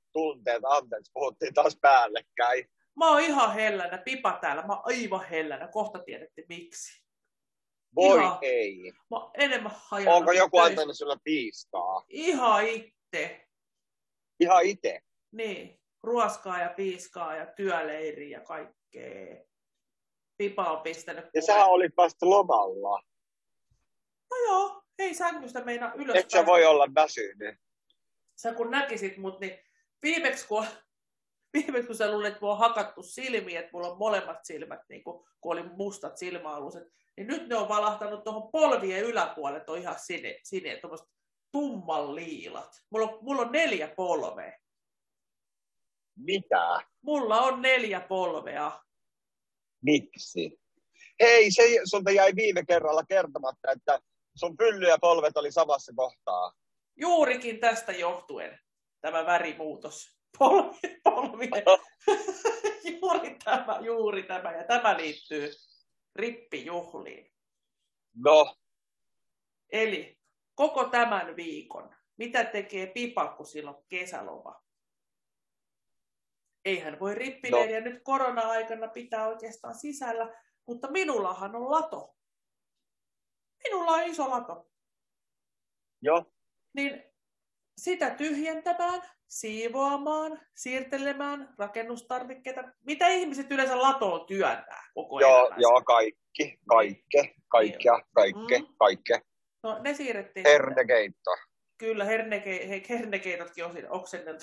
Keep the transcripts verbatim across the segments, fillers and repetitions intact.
tunteet. Anteeksi, puhuttiin taas päällekkäin. Mä oon ihan hellänä, Pipa täällä, mä oon aivan hellänä, kohta tiedätte miksi. Voi ihan, ei. Mä oon enemmän hajalla. Onko joku antanut sulle piiskaa? Ihan itse. Ihan itse? Niin, ruoskaa ja piiskaa ja työleiriä ja kaikkea. Pipa on pistänyt ja sä olit vasta lomalla. No joo, ei sängystä meina ylös. Et sä voi olla väsynyt. Sä kun näkisit mut, niin viimeksi kun, viimeksi kun sä luulet, että mulla on hakattu silmiä, että mulla on molemmat silmät, niin kun, kun oli mustat silmäaluset, niin nyt ne on valahtanut tuohon polvien yläpuolelle, on ihan sine, sine tuommoiset tumman liilat. Mulla on, mulla on neljä polvea. Mitä? Mulla on neljä polvea. Miksi? Hei, se, sulta jäi viime kerralla kertomatta, että sun pylly ja polvet oli samassa kohtaa. Juurikin tästä johtuen tämä värimuutos. Polvi, polvien. juuri tämä, juuri tämä. Ja tämä liittyy rippijuhliin. No. Eli koko tämän viikon, mitä tekee Pipa, kun sillä on kesäloma? Eihän voi rippileiriä no. nyt korona-aikana pitää oikeastaan sisällä, mutta minullahan on lato. Minulla on iso lato. Joo. Niin sitä tyhjentämään, siivoamaan, siirtelemään rakennustarvikkeita. Mitä ihmiset yleensä latoon työntää koko ajan? Joo, joo, kaikki, kaikke, kaikkea, kaikke, mm. kaikke. No ne siirrettiin. Hernekeitto. Kyllä, herneke, hernekeitotkin on siinä oksenneltu.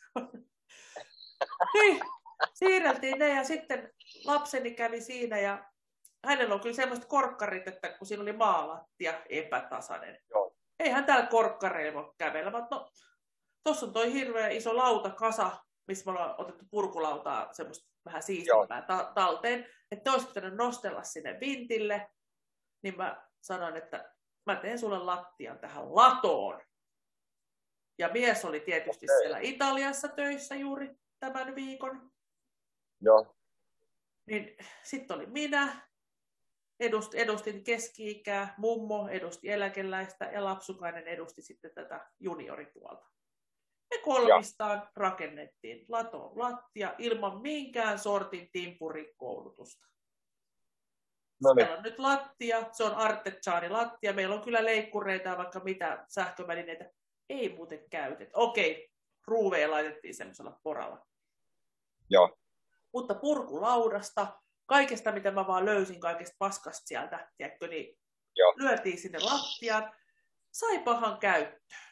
Niin, siirreltiin ne ja sitten lapseni kävi siinä ja hänellä on kyllä semmoiset korkkarit, että kun siinä oli maalattia epätasainen. Joo. Eihän täällä korkkareilla voi kävellä, mutta no, tuossa on toi hirveä iso lautakasa, missä me ollaan otettu purkulautaa semmoista vähän siistimpää ta- talteen, että olisi pitänyt nostella sinne vintille, niin mä sanoin, että mä teen sulle lattian tähän latoon. Ja mies oli tietysti okay. siellä Italiassa töissä juuri tämän viikon. Joo. Niin sitten oli minä, edust, edustin keski-ikää, mummo edusti eläkeläistä ja lapsukainen edusti sitten tätä junioripuolta. Me kolmistaan ja. rakennettiin latoon lattia ilman minkään sortin timpurikoulutusta. No niin. Meillä on nyt lattia, se on Artecani lattia, meillä on kyllä leikkureita ja vaikka mitä sähkövälineitä, ei muuten käytetä. Okei, ruuveja laitettiin semmoisella poralla. Joo. Mutta purkulaudasta, kaikesta mitä mä vaan löysin, kaikesta paskasta sieltä, tiedätkö, niin Joo. lyötiin sinne lattiaan, sai pahan käyttöön.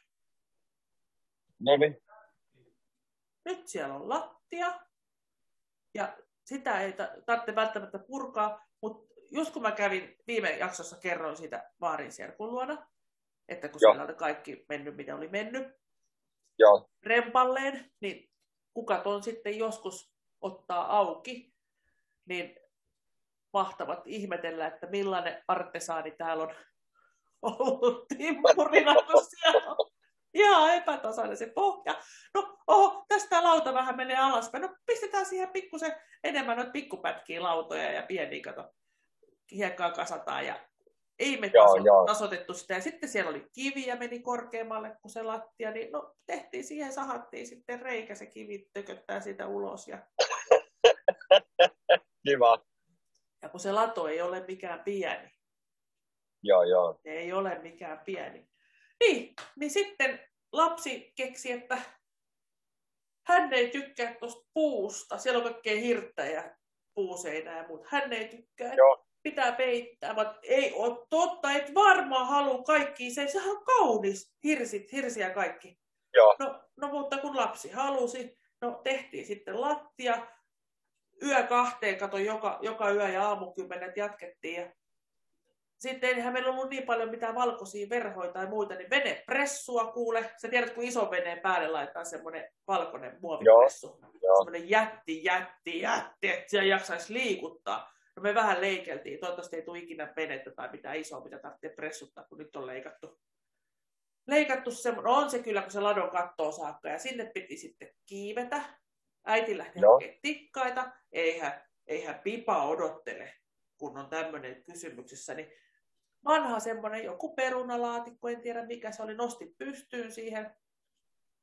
No niin. Nyt siellä on lattia, ja sitä ei tarvitse välttämättä purkaa, mutta just kun mä kävin viime jaksossa, kerroin siitä vaarin serkun luona, että kun Joo. siellä oli kaikki mennyt, mitä oli mennyt, Joo. rempalleen, niin kuka ton sitten joskus ottaa auki, niin mahtavat ihmetellä, että millainen artesaani täällä on ollut timpurina, kun siellä on ihan epätasainen se pohja. No, oho, tästä lauta vähän menee alaspäin. No, pistetään siihen pikkusen enemmän noita pikkupätkiä lautoja ja pieniä, kato, hiekkaa kasataan ja ei me taso, joo, tasoitettu sitä. Ja sitten siellä oli kivi ja meni korkeammalle kuin se lattia, niin no, tehtiin siihen, sahattiin sitten reikä, se kivi tököttää siitä ulos. Ja... Kiva. Ja kun se lato ei ole mikään pieni. Joo, joo. Se ei ole mikään pieni. Niin, niin sitten lapsi keksi, että hän ei tykkää tuosta puusta. Siellä on kaikkea hirttä ja puuseinää ja muuta. Hän ei tykkää. Joo. Pitää peittää, mutta ei ole totta, et varmaan halua kaikki. Se, sehän on kaunis, hirsit, hirsiä kaikki. Joo. No, no, mutta kun lapsi halusi, no tehtiin sitten lattia. Yö kahteen, kato, joka, joka yö ja aamukymmenet jatkettiin. Ja sitten eihän meillä ollut niin paljon mitään valkoisia verhoja tai muita, niin venepressua kuule. Sä tiedät, kun iso veneen päälle laitetaan semmoinen valkoinen muovipressu. Semmoinen jätti, jätti, jätti, että siellä jaksaisi liikuttaa. No me vähän leikeltiin. Toivottavasti ei tule ikinä venettä tai mitään isoa, mitä tarvitsee pressuttaa, kun nyt on leikattu. Leikattu semmoinen, on se kyllä, kun se ladon kattoo saakka. Ja sinne piti sitten kiivetä. Äiti lähti hakemaan tikkaita. Eihän, eihän Pipa odottele, kun on tämmöinen kysymyksessä. Niin vanha semmoinen joku perunalaatikko, en tiedä mikä se oli, nosti pystyyn siihen.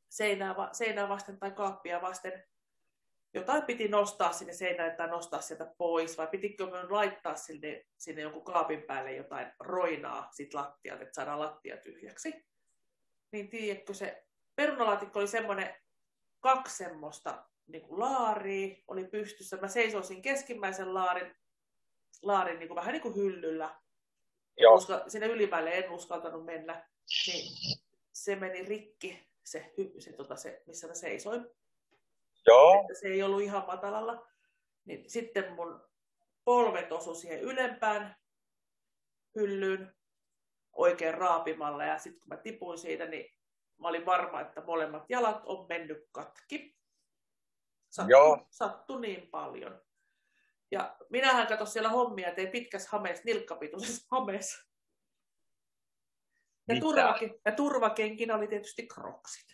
seinää, seinää vasten tai kaappia vasten. Jotain piti nostaa sinne seinälle tai nostaa sieltä pois, vai pitikö minun laittaa sinne, sinne jonkun kaapin päälle jotain roinaa sit lattialta, että saadaan lattia tyhjäksi. Niin tiedätkö, se perunalaatikko oli semmoinen kaksi semmoista niin kuin laaria, oli pystyssä. Mä seisoisin keskimmäisen laarin, laarin niin kuin, vähän niin kuin hyllyllä. Uska, sinne ylimmälle en uskaltanut mennä. Niin se meni rikki, se, se, tota, se missä mä seisoin. Joo. Että se ei ollut ihan matalalla. Niin sitten mun polvet osu siihen ylempään hyllyyn oikein raapimalla. Ja sitten kun mä tipuin siitä, niin mä olin varma, että molemmat jalat on mennyt katki. Sattu, Joo. Sattu niin paljon. Ja minähän katsoin siellä hommia, tein pitkässä hameessa, nilkkapituisessa hameessa. Ja, turvaken, ja turvakenkinä oli tietysti kroksit.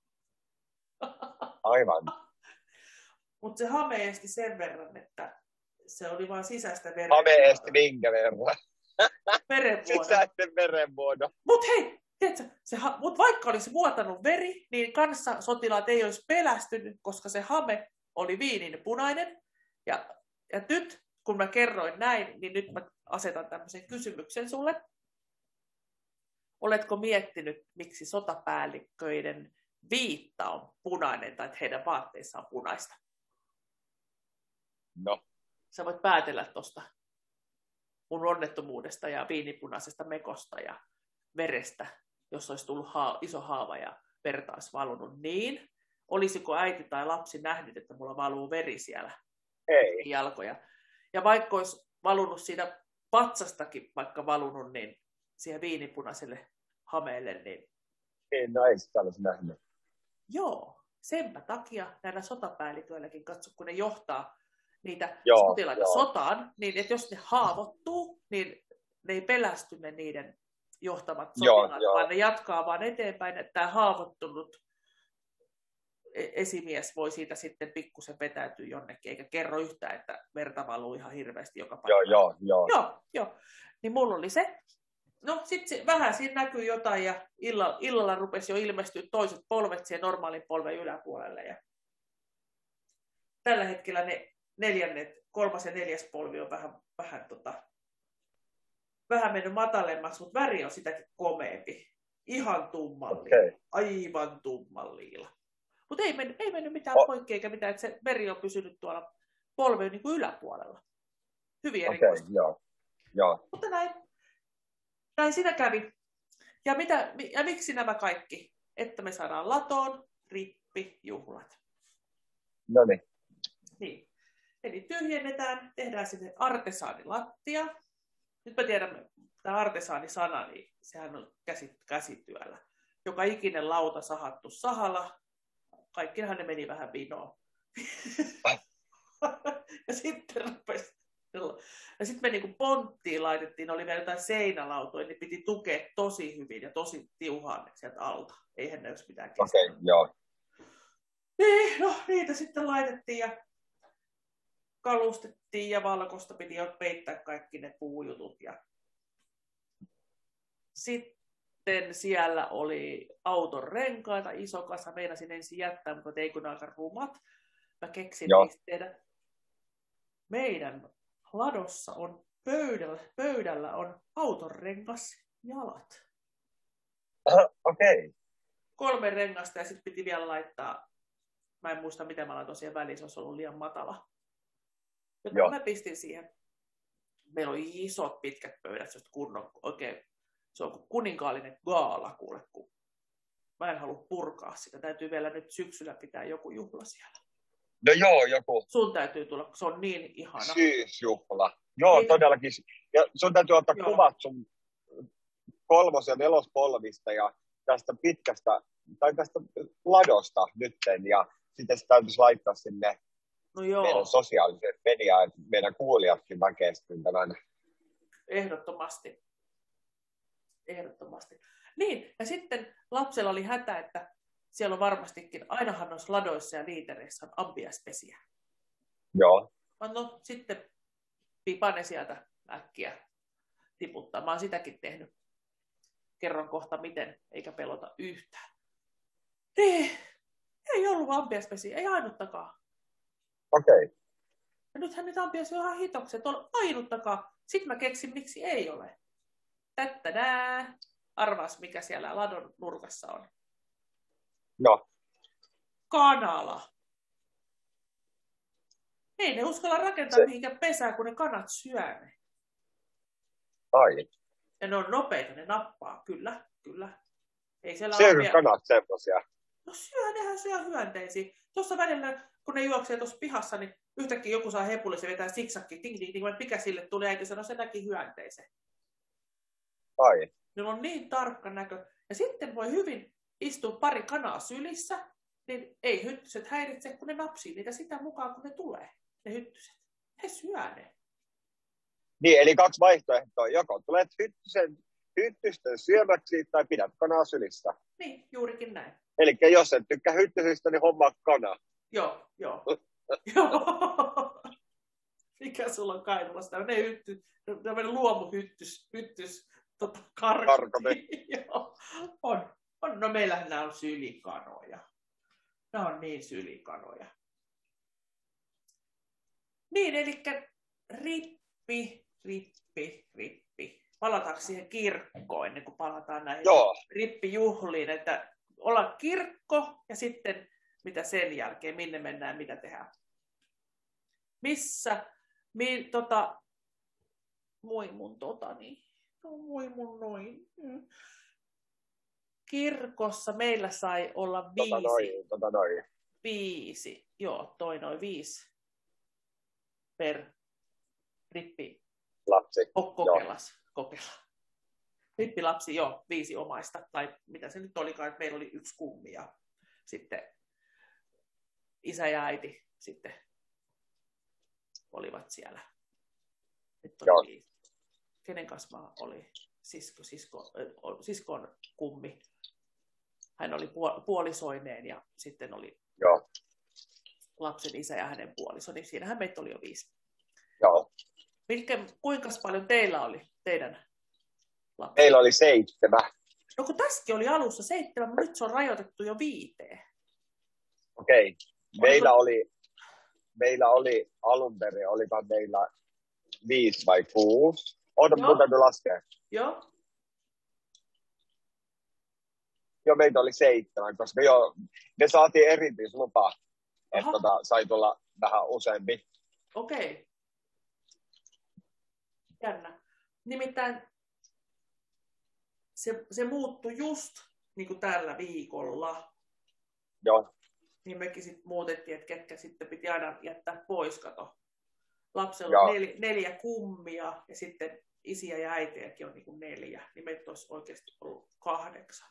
Aivan. Mutta se hame esti sen verran, että se oli vain sisäistä verenvuodoa. Hame esti minkä verran? Verenvuodoa. Sisäisten verenvuodoa. Mutta hei, tiedätkö, se, mut vaikka olisi vuotanut veri, niin kanssasotilaat ei olisi pelästynyt, koska se hame oli viinin punainen. Ja, ja nyt, kun mä kerroin näin, niin nyt mä asetan tämmöisen kysymyksen sulle. Oletko miettinyt, miksi sotapäälliköiden viitta on punainen tai että heidän vaatteissaan on punaista? No. Sä voit päätellä tuosta mun onnettomuudesta ja viinipunaisesta mekosta ja verestä, jos olisi tullut haa- iso haava ja verta olisi valunut niin. Olisiko äiti tai lapsi nähnyt, että mulla valuu veri siellä Ei. jalkoja? Ja vaikka olisi valunut siitä patsastakin vaikka valunut, niin siihen viinipunaiselle hameelle, niin... Ei, no ei sitä olisi nähnyt. Joo, senpä takia näillä sotapäälliköilläkin, katso, kun ne johtaa niitä joo, sotilaita joo. sotaan, niin että jos ne haavoittuu, niin ne ei pelästy ne niiden johtamat sotilaat, joo, vaan joo. ne jatkaa vaan eteenpäin, että tämä haavoittunut esimies voi siitä sitten pikkusen vetäytyä jonnekin, eikä kerro yhtään, että verta valuu ihan hirveästi joka paikka. Joo, joo, joo. Joo, joo. Niin mulla oli se. No sitten vähän siinä näkyy jotain ja illalla, illalla rupesi jo ilmestyä toiset polvet siihen normaalin polven yläpuolelle. Ja tällä hetkellä ne neljännet, kolmas ja neljäs polvi on vähän, vähän, tota, vähän mennyt matalemmaksi, mutta väri on sitäkin komeampi. Ihan tumman okay. liila. Aivan tumman liila. Mutta ei mennyt, ei mennyt mitään oh. poikki eikä mitään, että se veri on pysynyt tuolla polven niin kuin yläpuolella. Hyvin erikoista. Okay, joo. Joo. Mutta näin. Näin siinä kävi. Ja, mitä, ja miksi nämä kaikki? Että me saadaan latoon rippijuhlat. No niin. Niin. Eli tyhjennetään, tehdään sinne artesaanilattia. Nyt mä tiedän, tämä artesaani-sana, niin sehän on käsityöllä. Joka ikinen lauta sahattu sahalla. Kaikkihan ne meni vähän vinoon. ja sitten rupesi. Ja sitten me niinku ponttiin laitettiin, oli vielä jotain seinälautoja, niin piti tukea tosi hyvin ja tosi tiuhaan sieltä alta. Eihän ne olisi mitään kestänyt. Okei, okay, joo. Niin, no niitä sitten laitettiin ja kalustettiin ja valkoista piti jo peittää kaikki ne puujutut. Ja sitten siellä oli auton renkaita, iso kasa, meinasin ensin jättää, mutta ei kun aika rumat. Mä keksin joo. niistä tehdä. Meidän ladossa on pöydällä, pöydällä on autonrengas jalat. Uh, Okei. Okay. Kolme rengasta ja sitten piti vielä laittaa, mä en muista miten mä laitoin siihen väliin, se olisi ollut liian matala. Joten mä pistin siihen. Meillä on isot pitkät pöydät, se on kunnon, oikein, se on kuninkaallinen gaala kuule, kun mä en halua purkaa sitä. Täytyy vielä nyt syksyllä pitää joku juhla siellä. No joo, joku. Sun täytyy tulla, se on niin ihana. Syysjuhla. Joo, niin. Todellakin. Ja sun täytyy ottaa joo. kuvat sun kolmos- ja nelospolvista ja tästä pitkästä, tai tästä ladosta nytten. Ja sitten se täytyisi laittaa sinne no joo. meidän sosiaaliseen mediaan, että meidän kuulijatkin näkeisivät tämän. Ehdottomasti. Ehdottomasti. Niin, ja sitten lapsella oli hätä, että siellä on varmastikin, ainahan noissa ladoissa ja liitereissä on ampiaispesiä. Joo. No sitten pipane sieltä äkkiä tiputtaa. Mä oon sitäkin tehnyt. Kerron kohta miten, eikä pelota yhtään. Niin. Ei ollut ampiaispesiä, ei ainuttakaan. Okei. Okay. Ja nythän niitä ampiaisia on ihan hitokset, on ainuttakaan. Sitten mä keksin, miksi ei ole. Tättänää. Arvas, mikä siellä ladon nurkassa on. No. Kanala. Ei ne uskalla rakentaa se... mihinkään pesää, kun ne kanat syö ne. Ai. Ja ne on nopeita, ne nappaa. Kyllä, kyllä. Ei siellä syökö ampia... kanat semmoisia? No syö, nehän syö hyönteisiä. Tuossa välillä, kun ne juoksee tuossa pihassa, niin yhtäkkiä joku saa hepullisen vetää siksakki. Ting, ting, ting, mikä sille tuli? Äiti sanoi, se näki hyönteisen. Ai. Ne on niin tarkka näkö. Ja sitten voi hyvin istua pari kanaa sylissä, niin ei hyttyset häiritse, kun ne napsii niitä sitä mukaan, kun ne tulee. Ne hyttyset. He syö ne. Niin, eli kaksi vaihtoehtoa. Joko tulet hyttysen, hyttysten syömäksi tai pidät kanaa sylissä. Niin, juurikin näin. Eli jos et tykkää hyttysistä, niin hommaa kana. Joo, joo. Joo. Mikä sulla on Kainuussa? Ne hytty, tämmöinen luomuhyttys, hyttys, tota, karkoti. Joo, on. on. No meillähän nämä on sylikanoja. Nämä on niin sylikanoja. Niin, eli rippi, rippi, rippi. Palataanko siihen kirkkoon ennen kuin palataan näihin Joo. rippijuhliin, että ollaan kirkko ja sitten mitä sen jälkeen, minne mennään, mitä tehdään. Missä, mi, tota, moi mun totani, no moi mun noin. Mm. Kirkossa meillä sai olla viisi. Tota noin, tota noin. Viisi, joo, toi noin viisi per rippi. Lapsi. Oh, kokeilas, kokeila. Rippilapsi, joo, viisi omaista, tai mitä se nyt olikaan, että meillä oli yksi kummi ja sitten isä ja äiti sitten olivat siellä. Nyt oli viisi. Kenen kanssa mä oli? Sisko, sisko, siskon kummi. Hän oli puolisoineen ja sitten oli joo. lapsen isä ja hänen puoliso, niin siinähän meitä oli jo viisi. Joo. Mitkä, kuinka paljon teillä oli teidän lapsi? Meillä oli seitsemän. No kun tässäkin oli alussa seitsemän, mutta nyt se on rajoitettu jo viiteen. Okei. Okay. Meillä Oliko... oli, meillä oli alun perin, olikaan meillä viisi vai kuusi. Oota, mun täytyy laskea. Joo. Joo, meitä oli seitsemän, koska jo, me saatiin erityislupa, että tota, sai tulla vähän useampi. Okei. Okay. Jännä. Nimittäin se, se muuttui just niin kuin tällä viikolla. Joo. Niin mekin sitten muutettiin, että ketkä sitten piti aina jättää pois, kato. Lapsella on nel, neljä kummia ja sitten isiä ja äitejäkin on niin kuin neljä. Niin meitä olisi oikeasti ollut kahdeksan.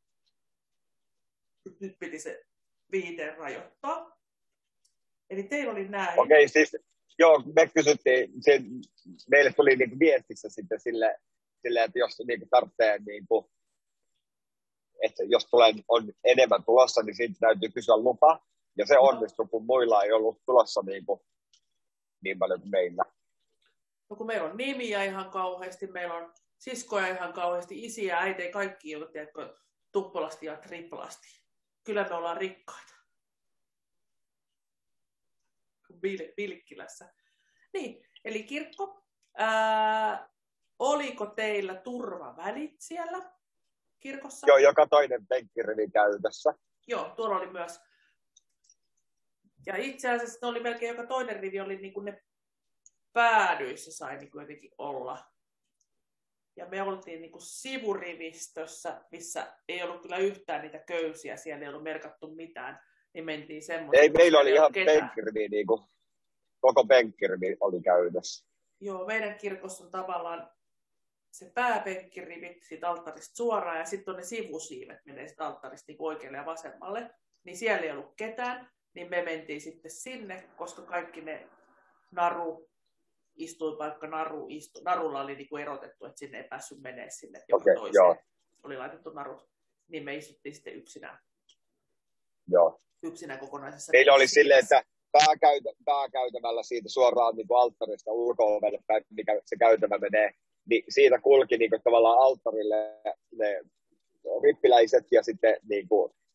Nyt piti se viiteen rajoittaa. Eli teillä oli näin. Okei, okay, siis joo, me kysyttiin, se, meille tuli niinku viestissä sitten sille, sille että jos niinku tarvitsee, niinku, että jos tulee, on enemmän tulossa, niin siitä täytyy kysyä lupa. Ja se onnistui, kun muilla ei ollut tulossa niinku, niin paljon kuin meillä. No kun meillä on nimiä ihan kauheasti, meillä on siskoja ihan kauheasti, isiä, äitejä, kaikki, jotka tiedätkö, tuplasti ja triplasti. Kyllä me ollaan rikkaita. Bil- Bilkkilässä. Niin, eli kirkko. Ää, oliko teillä turvavälit siellä kirkossa? Joo, joka toinen penkkirivi käytössä. Joo, tuolla oli myös. Ja itse asiassa ne oli melkein joka toinen rivi, oli niin kuin ne päädyissä sai niin kuin jotenkin olla. Ja me oltiin niin kuin sivurivistössä, missä ei ollut kyllä yhtään niitä köysiä, siellä ei ollut merkattu mitään, niin mentiin semmoinen. Ei, meillä oli ihan penkkirivi, niin kuin koko penkkirivi oli käytössä. Joo, meidän kirkossa on tavallaan se pääpenkkirivi siitä alttarista suoraan, ja sitten on ne sivusiivet, menee siitä alttarista niin oikealle ja vasemmalle, niin siellä ei ollut ketään, niin me mentiin sitten sinne, koska kaikki ne naru, istui vaikka naru, istu, narulla oli niin kuin erotettu, että sinne ei päässyt menee sinne joka okay, toiseen. Joo. Oli laitettu narut, niin me istuttiin sitten yksinään. Joo. Yksinään kokonaisessa. Meillä oli silleen, että pääkäytä, pääkäytävällä siitä suoraan niin kuin alttarista ulko-ovelle päin, mikä se käytävä menee, niin siitä kulki niin kuin tavallaan alttarille ne rippiläiset ja sitten niin kuin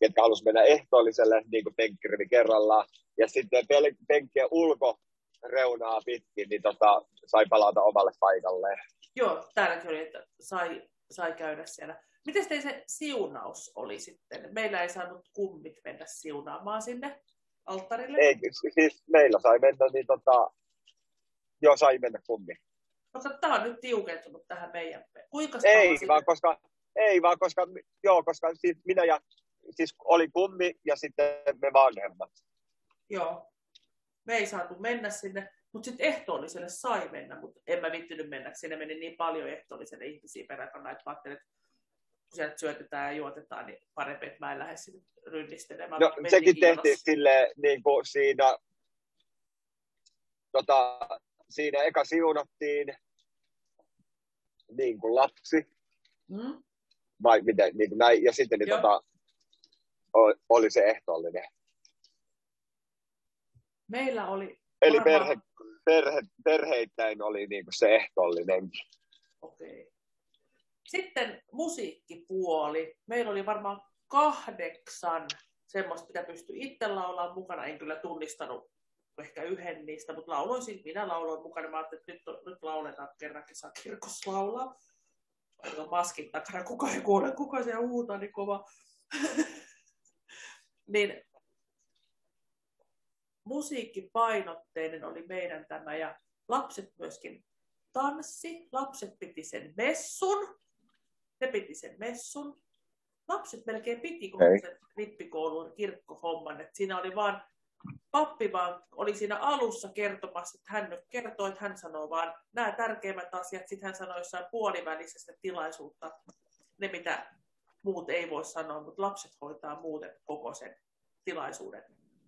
ketkä halusivat mennä ehtoolliselle niin kuin penkkirivi kerrallaan. Ja sitten pel- penkkien ulkoreunaa pitkin, niin tota, sai palata omalle paikalleen. Joo, täälläkin oli, että sai, sai käydä siellä. Miten teidän se siunaus oli sitten? Meillä ei saanut kummit mennä siunaamaan sinne alttarille? Ei, siis meillä sai mennä, niin tota, joo, sai mennä kummi. Koska tämä on nyt tiukentunut tähän meidän. Kuinka ei, vaan koska, ei vaan koska, joo, koska siis minä ja, siis oli kummi ja sitten me vanhemmat. Joo, me ei saatu mennä sinne, mutta sitten ehtoolliselle sai mennä, mutta en mä vittynyt mennä. Sinne meni niin paljon ehtoolliselle ihmisiä peräkana, että ajattelin, että kun sieltä syötetään ja juotetaan, niin parempi, että mä en lähde sinne rynnistelemään. No sekin tehtiin silleen, niin kuin siinä, tota, siinä eka siunattiin niin kuin lapsi, hmm? vai miten, niin kuin näin, ja sitten niin, tota, oli se ehtoollinen. Meillä oli Eli varmaan... perhe, perhe, perheittäin oli niin kuin se ehtoollinenkin. Okei. Okay. Sitten musiikkipuoli. Meillä oli varmaan kahdeksan semmoista, mitä pystyi itse laulamaan mukana. En kyllä tunnistanut ehkä yhden niistä, mutta lauloisin. Minä lauloin mukana. Mä ajattelin, että nyt, nyt lauletaan, kerrankin saa kirkossa laulaa. Olen maskin takana, kuka ei kuule, kuka siellä huutaa niin kova. Niin musiikkipainotteinen oli meidän tämä ja lapset myöskin tanssi. Lapset piti sen messun. Ne piti sen messun. Lapset melkein piti koko sen rippikoulun kirkkohomman. Et siinä oli vaan, pappi vaan oli siinä alussa kertomassa, että hän nyt kertoo, että hän sanoo vaan nämä tärkeimmät asiat. Sitten hän sanoi jossain puolivälisessä tilaisuutta ne, mitä muut ei voi sanoa, mutta lapset hoitaa muuten koko sen tilaisuuden.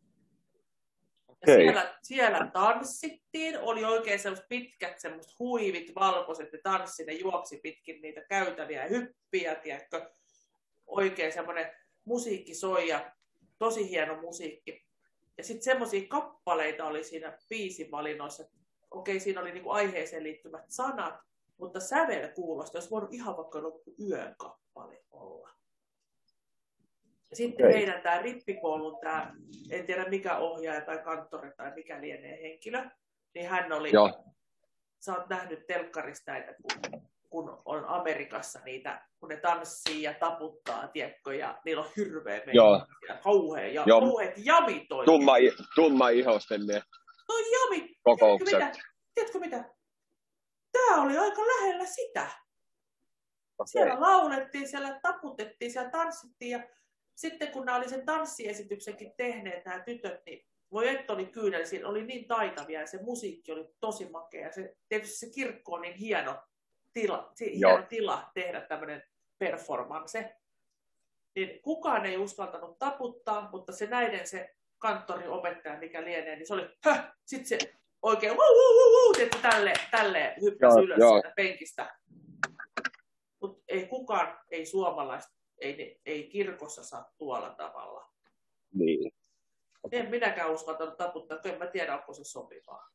Ja siellä, siellä tanssittiin, oli oikein sellaiset pitkät semmoiset huivit, valkoiset, ja tanssi, ne juoksi pitkin niitä käytäviä ja hyppiä, tiedätkö? Oikein semmoinen musiikki soi ja tosi hieno musiikki. Ja sitten semmoisia kappaleita oli siinä biisivalinnoissa. Okei, siinä oli niinku aiheeseen liittyvät sanat, mutta sävel kuulosti, olisi voinut ihan vaikka joku yön kappale olla. Ja sitten okay. Meidän tämä rippikoulun, tämä, en tiedä mikä ohjaaja tai kanttori tai mikä lienee henkilö, niin hän oli, Joo. Sä oot nähnyt telkkarista näitä, kun, kun on Amerikassa niitä, kun ne tanssii ja taputtaa, tiedätkö, ja niillä on hirveä meininkiä, kauhean ja kauheat jamit oikein. Tumma, tumma ihosten ne no jami, kokoukset. Tiedätkö mitä? Tiedätkö mitä? Tämä oli aika lähellä sitä. Okay. Siellä laulettiin, siellä taputettiin, siellä tanssittiin ja sitten kun nämä oli sen tanssiesityksenkin tehneet, nämä tytöt, niin voi että oli kyynel, siinä oli niin taitavia ja se musiikki oli tosi makea. Se, tietysti se kirkko on niin hieno tila, hieno tila tehdä tämmöinen performance. Niin kukaan ei uskaltanut taputtaa, mutta se näiden se kanttoriopettaja, mikä lienee, niin se oli höh! Sitten se oikein wuu, wuu, wuu, wuu, tietysti tälleen, tälleen hyppäsi ylös sieltä penkistä. Mutta ei kukaan, ei suomalaista. Ei, ei kirkossa saa tuolla tavalla. Niin. En minäkään uskaltanut taputtaa, en mä tiedä, onko se sopivaa.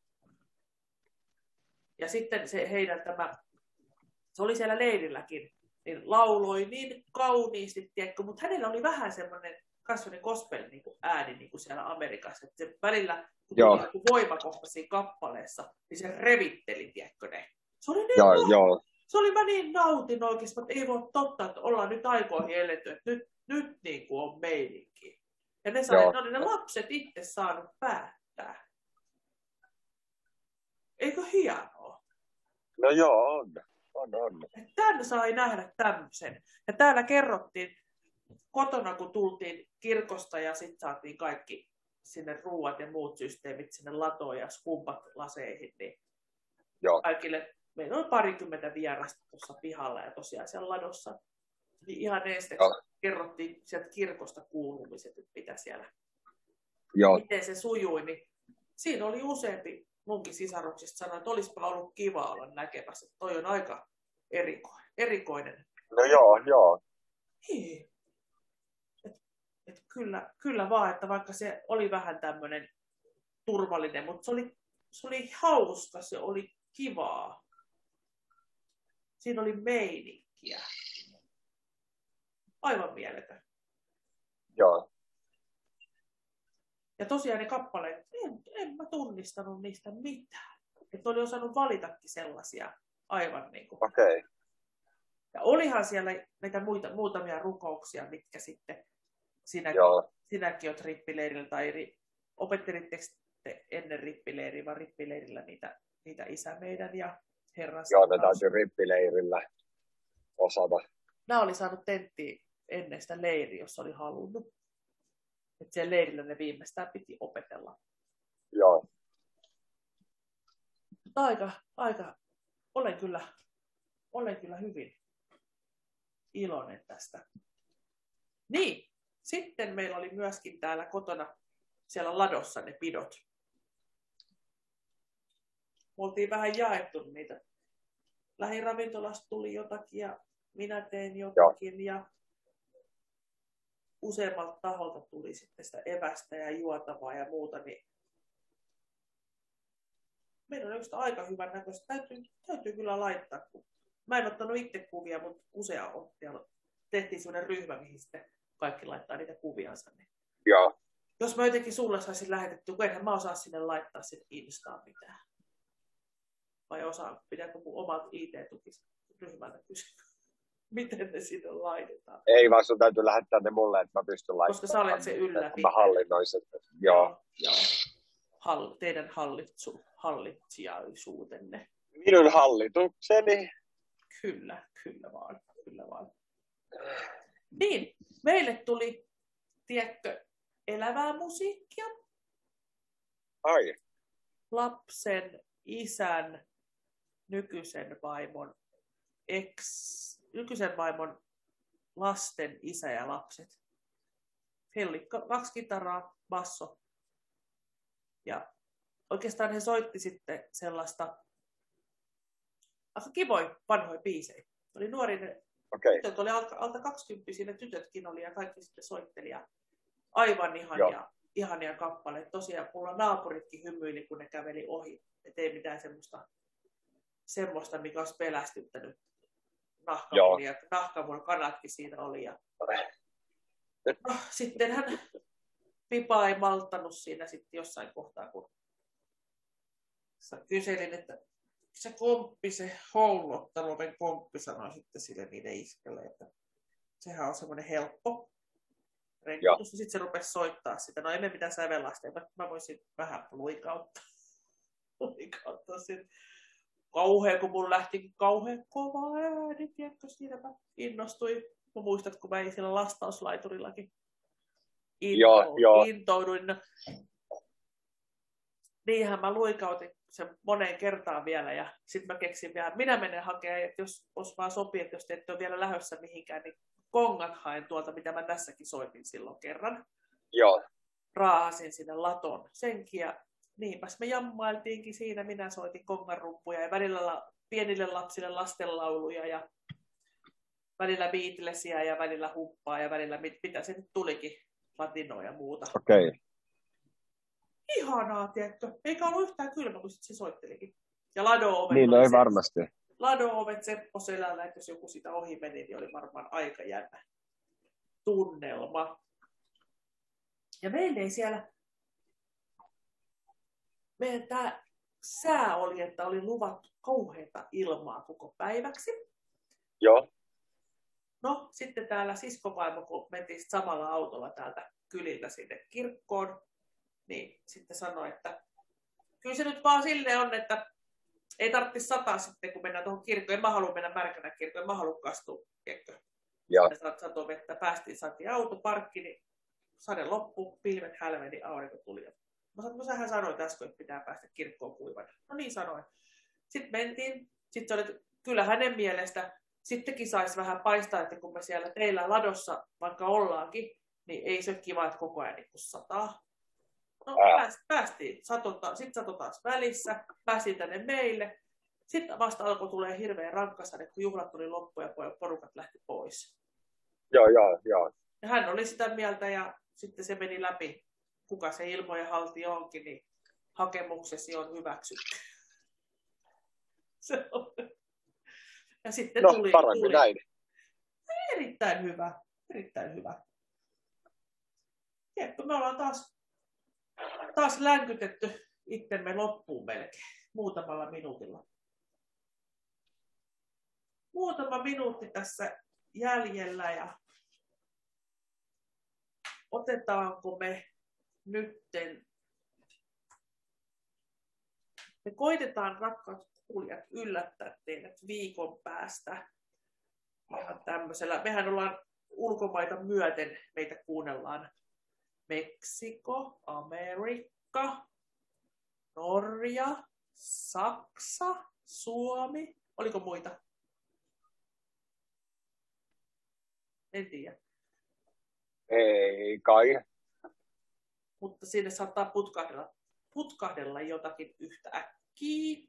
Ja sitten se heidän tämä, se oli siellä leirilläkin, niin lauloi niin kauniisti, tiedätkö, mutta hänellä oli vähän semmoinen kasvainen gospel niin kuin ääni niin kuin siellä Amerikassa. Että se välillä, kun tuli voimakohta siinä kappaleessa, niin se revitteli, tiedätkö ne. Se oli niin joo, joo. Se oli mä niin nautin oikeasti, että ei voi totta, että ollaan nyt aikoihin eletty, että nyt, nyt niin kuin on meininki. Ja ne, sai, ne oli ne lapset itse saanut päättää. Eikö hienoa? No joo, on. on, on. Tän sai nähdä tämmöisen. Ja täällä kerrottiin kotona, kun tultiin kirkosta ja sitten saatiin kaikki sinne ruuat ja muut systeemit sinne latoon ja skumpat laseihin, niin joo. Kaikille meillä on parikymmentä vierasta tuossa pihalla ja tosiaan siellä ladossa. Niin ihan esteeksi no. Kerrottiin sieltä kirkosta kuulumiset, että mitä siellä, Joo. miten se sujui. Niin siinä oli useampi munkin sisaruksista sanoi, että olisipa ollut kiva olla näkemässä. Että toi on aika eriko, erikoinen. No joo, joo. Niin. Et, et kyllä, kyllä vaan, että vaikka se oli vähän tämmöinen turvallinen, mutta se oli, se oli hauska, se oli kivaa. Siinä oli meininkiä. Aivan mieletön. Joo. Ja tosiaan ne kappaleet, en, en mä tunnistanut niistä mitään. Että oli osannut valitakin sellaisia aivan niin kuin. Okei. Okay. Ja olihan siellä näitä muita, muutamia rukouksia, mitkä sitten sinäkin, sinäkin olet rippileirillä tai ri, opettelitteko te ennen rippileiriä, vaan rippileirillä niitä, niitä Isä meidän ja Herran Joo, ne täytyy rippileirillä osata. Nämä oli saanut tenttiä ennen sitä leiriä, jos oli halunnut. Että siellä leirillä ne viimeistään piti opetella. Joo. Aika, aika, olen kyllä, olen kyllä hyvin iloinen tästä. Niin, sitten meillä oli myöskin täällä kotona siellä ladossa ne pidot. Me oltiin vähän jaettu niitä. Lähiravintolasta tuli jotakin ja minä tein jotakin. Joo. Ja useammalta taholta tuli sitten sitä evästä ja juotavaa ja muuta. Niin meillä on yksi aika hyvän näköistä. Täytyy, täytyy kyllä laittaa. Mä en ottanut itse kuvia, mutta usea otti. Tehtiin sellainen ryhmä, mihin sitten kaikki laittaa niitä kuviansa. Niin. Joo. Jos mä jotenkin sulle saisin lähetetty, kun enhän mä osaa sinne laittaa sinne Instaan mitään. Vai osaa, pitääkö mun omat I T-tukiryhmältä kysyä, miten ne sinne laitetaan? Ei, vaan sun täytyy lähettää ne mulle, että mä pystyn laittamaan. Koska sä olet se ylläpitäjä. Mä hallinnoisin. Joo. Joo. Hall, teidän hallitsu, hallitsijaisuutenne. Minun hallitukseni. Kyllä, kyllä vaan, kyllä vaan. Niin, meille tuli, tiedätkö, elävää musiikkia. Ai. Lapsen, isän, nykyisen vaimon, ex, nykyisen vaimon lasten isä ja lapset. Heillä oli kaksi kitaraa, basso. Ja oikeastaan he soitti sitten sellaista aika kivoja vanhoja biisejä. Oli nuori, okay. Tytöt oli alta, alta kaksikymppisiä, ne tytötkin oli ja kaikki sitten soitteli. Ja aivan ihania, ihania kappaleita. Tosiaan mulla naapuritkin hymyili, kun ne käveli ohi. Et ei mitään semmoista, semmoista mikä olisi pelästyttänyt nahkamun. Ja nahkamun kanatkin siinä oli. Ja no, sitten hän Pipa ei malttanut siinä sitten jossain kohtaa, kun kyselin, että se komppi, se houlotteluven komppi sanoi sitten sille niiden iskelle, että sehän on semmoinen helppo renkutus. Sitten se rupesi soittaa sitä. No emme mitään sävellaista, mä voisin vähän luikauttaa. luikauttaa sen. Kauhea, kun mun lähti kauhean kova ääni, tiedätkö, siinä mä innostuin. Mä muistat, kun mä siellä lastauslaiturillakin intouduin. Niinhän mä luikautin sen moneen kertaan vielä ja sitten mä keksin vielä, minä menen hakemaan, että jos, jos vaan sopii, että jos te ette ole vielä lähdössä mihinkään, niin kongat haen tuolta, mitä mä tässäkin soitin silloin kerran. Joo. Raahasin sinne laton senkin ja niinpäs me jammailtiinkin siinä, minä soitin konganrumpuja ja välillä la, pienille lapsille lastenlauluja ja välillä Beatlesia ja välillä humppaa ja välillä mit, mitä se nyt tulikin, latinoa ja muuta. Okei. Okay. Ihanaa, tiedätkö? Eikä ollut yhtään kylmä, kun se soittelikin. Ja lado-ovet. Niin, no ei varmasti. Lado-ovet Seppo selällä, että jos joku sitä ohi meni, niin oli varmaan aika jännä tunnelma. Ja meillä ei siellä... Meidän tämä sää oli, että oli luvattu kauheata ilmaa koko päiväksi. Joo. No, sitten täällä siskovaimo, kun mentiin samalla autolla täältä kyliltä sinne kirkkoon, niin sitten sanoi, että kyllä se nyt vaan silleen on, että ei tarvitse sataa sitten, kun mennään tuohon kirkkoon. En mä halua mennä märkänä kirkkoon, en mä halua kastua, tiedätkö? Sato vettä, päästiin, saatiin autoparkki, niin sade loppu, pilvet hälveni, aurinko tuli. Mä sanoin, että sähän sanoit äsken, että pitää päästä kirkkoon kuivana. No niin sanoin. Sitten mentiin, sitten se oli, että kyllä hänen mielestä sittenkin saisi vähän paistaa, että kun me siellä teillä ladossa vaikka ollaankin, niin ei se ole kiva, että koko ajan niin sataa. No pääst, päästiin, satota, sitten sato taas välissä, päästiin tänne meille. Sitten vasta alkoi tulee hirveä rankkasade, kun juhlat tuli loppu ja porukat lähti pois. Joo, joo, joo. Ja hän oli sitä mieltä ja sitten se meni läpi, kuka se ilmojen haltija onkin, niin hakemuksesi on hyväksytty. Se on. Ja sitten no, tuli, parempi tuli. näin. Erittäin hyvä, erittäin hyvä. Jep, me ollaan taas, taas länkytetty itsemme loppuun melkein muutamalla minuutilla. Muutama minuutti tässä jäljellä ja otetaanko me nytten, me koitetaan rakkaat kuulijat yllättää teidät viikon päästä ihan tämmöisellä, mehän ollaan ulkomaita myöten, meitä kuunnellaan Meksiko, Amerikka, Norja, Saksa, Suomi, oliko muita? En tiedä. Ei kai. Mutta sinne saattaa putkahdella, putkahdella jotakin yhtä äkkiä.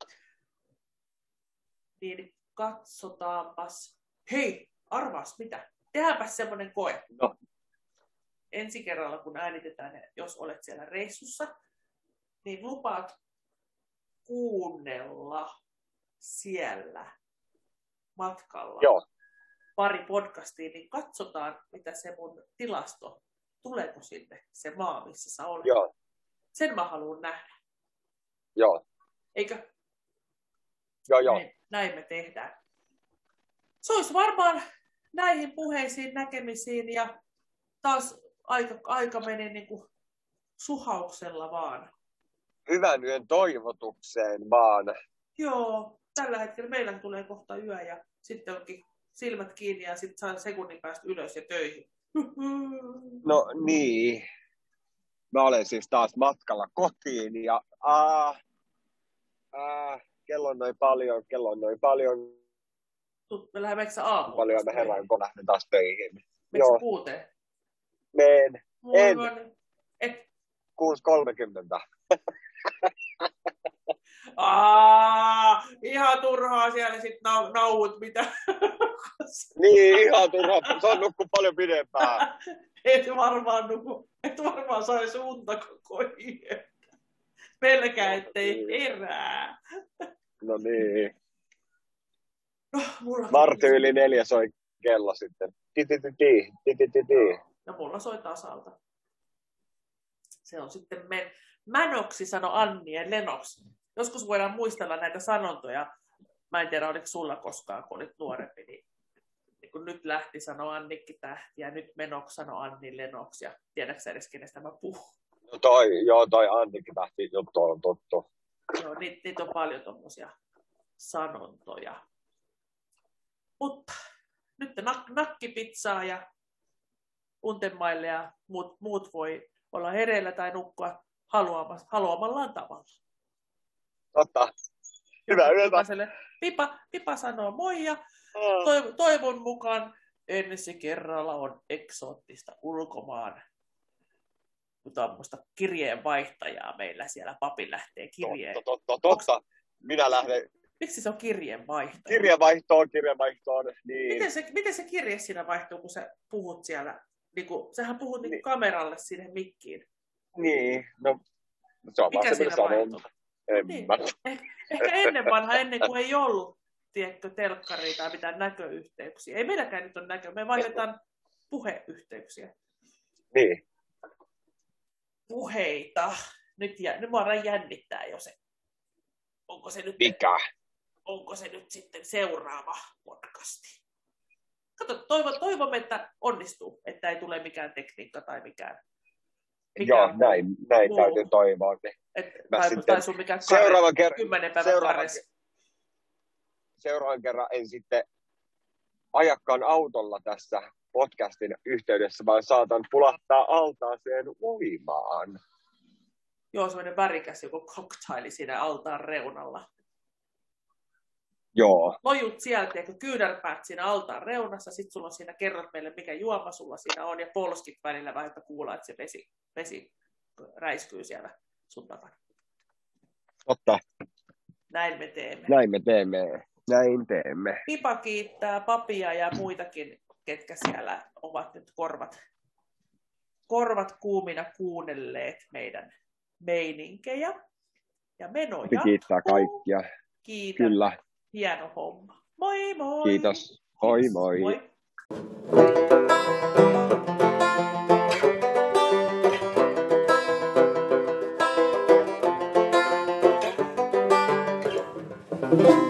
Niin katsotaanpas. Hei, arvaas mitä? Tehdäänpäs semmonen koe. No. Ensi kerralla kun äänitetään, jos olet siellä reissussa, niin lupaat kuunnella siellä matkalla. Joo. Pari podcastia, niin katsotaan, mitä se mun tilasto, tuleeko sinne se maa, missä sä olet. Joo. Sen mä haluan nähdä. Joo. Eikö? Joo, joo. Näin, näin me tehdään. Se olisi varmaan näihin puheisiin, näkemisiin ja taas aika, aika meni niin kuin suhauksella vaan. Hyvän yön toivotukseen vaan. Joo, tällä hetkellä meillä tulee kohta yö ja sitten onkin silmät kiinni ja sitten saa sekunnin päästä ylös ja töihin. No niin. Mä olen siis taas matkalla kotiin ja aah, aah, kello on noin paljon, kello on noin paljon. Me lähdemmekö sä aamuun? Paljon me herran, kun lähden taas töihin. Meikö sä kuuteen? Meen. En. Et. kuusi kolmekymmentä. Aa, ihan turhaa siellä sit nau- nauhut, mitä? Niin, ihan turhaa. Se on nukku paljon pidempään. Et varmaan nuku. Et varmaan saisi unta koko ajan. Pelkää, ettei herää. No niin. No, mulla Varti yli neljä soi kello sitten. Ti-ti-ti-ti, ti-ti-ti-ti. No mulla soi tasalta. Se on sitten men... Mänoksi, sano Anni ja Lenoksi. Joskus voidaan muistella näitä sanontoja. Mä en tiedä, oliko sulla koskaan, kun olit nuorempi, niin, niin kun nyt lähti, sano Annikki Tähti, ja nyt menoksi, sano Anni Lenoksi, ja tiedätkö edes, kenestä mä puhun? No toi, joo, toi Annikki Tähti juttu on tuttu. Joo, niitä, niitä on paljon tommosia sanontoja. Mutta nyt nak, nakkipizzaa ja untemaille ja muut, muut voi olla hereillä tai nukkua haluamallaan tavalla. Totta. Hyvää yötä. Pipa, Pipa sanoo moi ja toivon, toivon mukaan ensi kerralla on eksoottista ulkomaan tuommoista kirjeenvaihtajaa meillä siellä. Papi lähtee kirjeen. Totta, totta, totta. Minä lähden. Miksi se on kirjeenvaihtaja? Kirjeenvaihtoon, kirjeenvaihtoon. Niin. Miten, se, miten se kirje siinä vaihtuu, kun sä puhut siellä? Niin kun, sähän puhut niin. Niin kameralle sinne mikkiin. Niin, no se on mikä vaan semmoinen sanon. En niin. mä. Eh, ehkä ennen vanha, ennen kuin ei ollut tiedätkö, telkkaria tai mitään näköyhteyksiä. Ei meilläkään nyt ole näkö. Me vaihdetaan puheyhteyksiä. Niin. Puheita. Nyt, jä, nyt vaan jännittää jo se. Onko se nyt, Mikä? Onko se nyt sitten seuraava podcasti? Kato, toivon, toivomme, että onnistuu, että ei tule mikään tekniikka tai mikään. mikään Joo, näin, näin täytyy toivoa. Et, tai, sitten, tai sun mikään seuraavan kerran, kymmenen päivän seuraavan, seuraavan kerran en sitten ajakkaan autolla tässä podcastin yhteydessä, vaan saatan pulahtaa altaaseen uimaan. Joo, semmoinen värikäs joku cocktaili siinä altaan reunalla. Joo. Lojut sieltä, ja kyynärpäät siinä altaan reunassa, sit sulla on siinä, kerrot meille mikä juoma sulla siinä on, ja polskit välillä vähän, että kuulla, että se vesi, vesi räiskyy siellä sun takana. Totta. Näin me teemme. Näin me teemme. Näin teemme. Pipa kiittää Papia ja muitakin, ketkä siellä ovat nyt korvat, korvat kuumina kuunnelleet meidän meininkejä. Ja meno jatkuu. Kiittää kaikkia. Kiitän. Kyllä. Hieno homma. Moi moi! Kiitos. Moi moi. moi. Moi!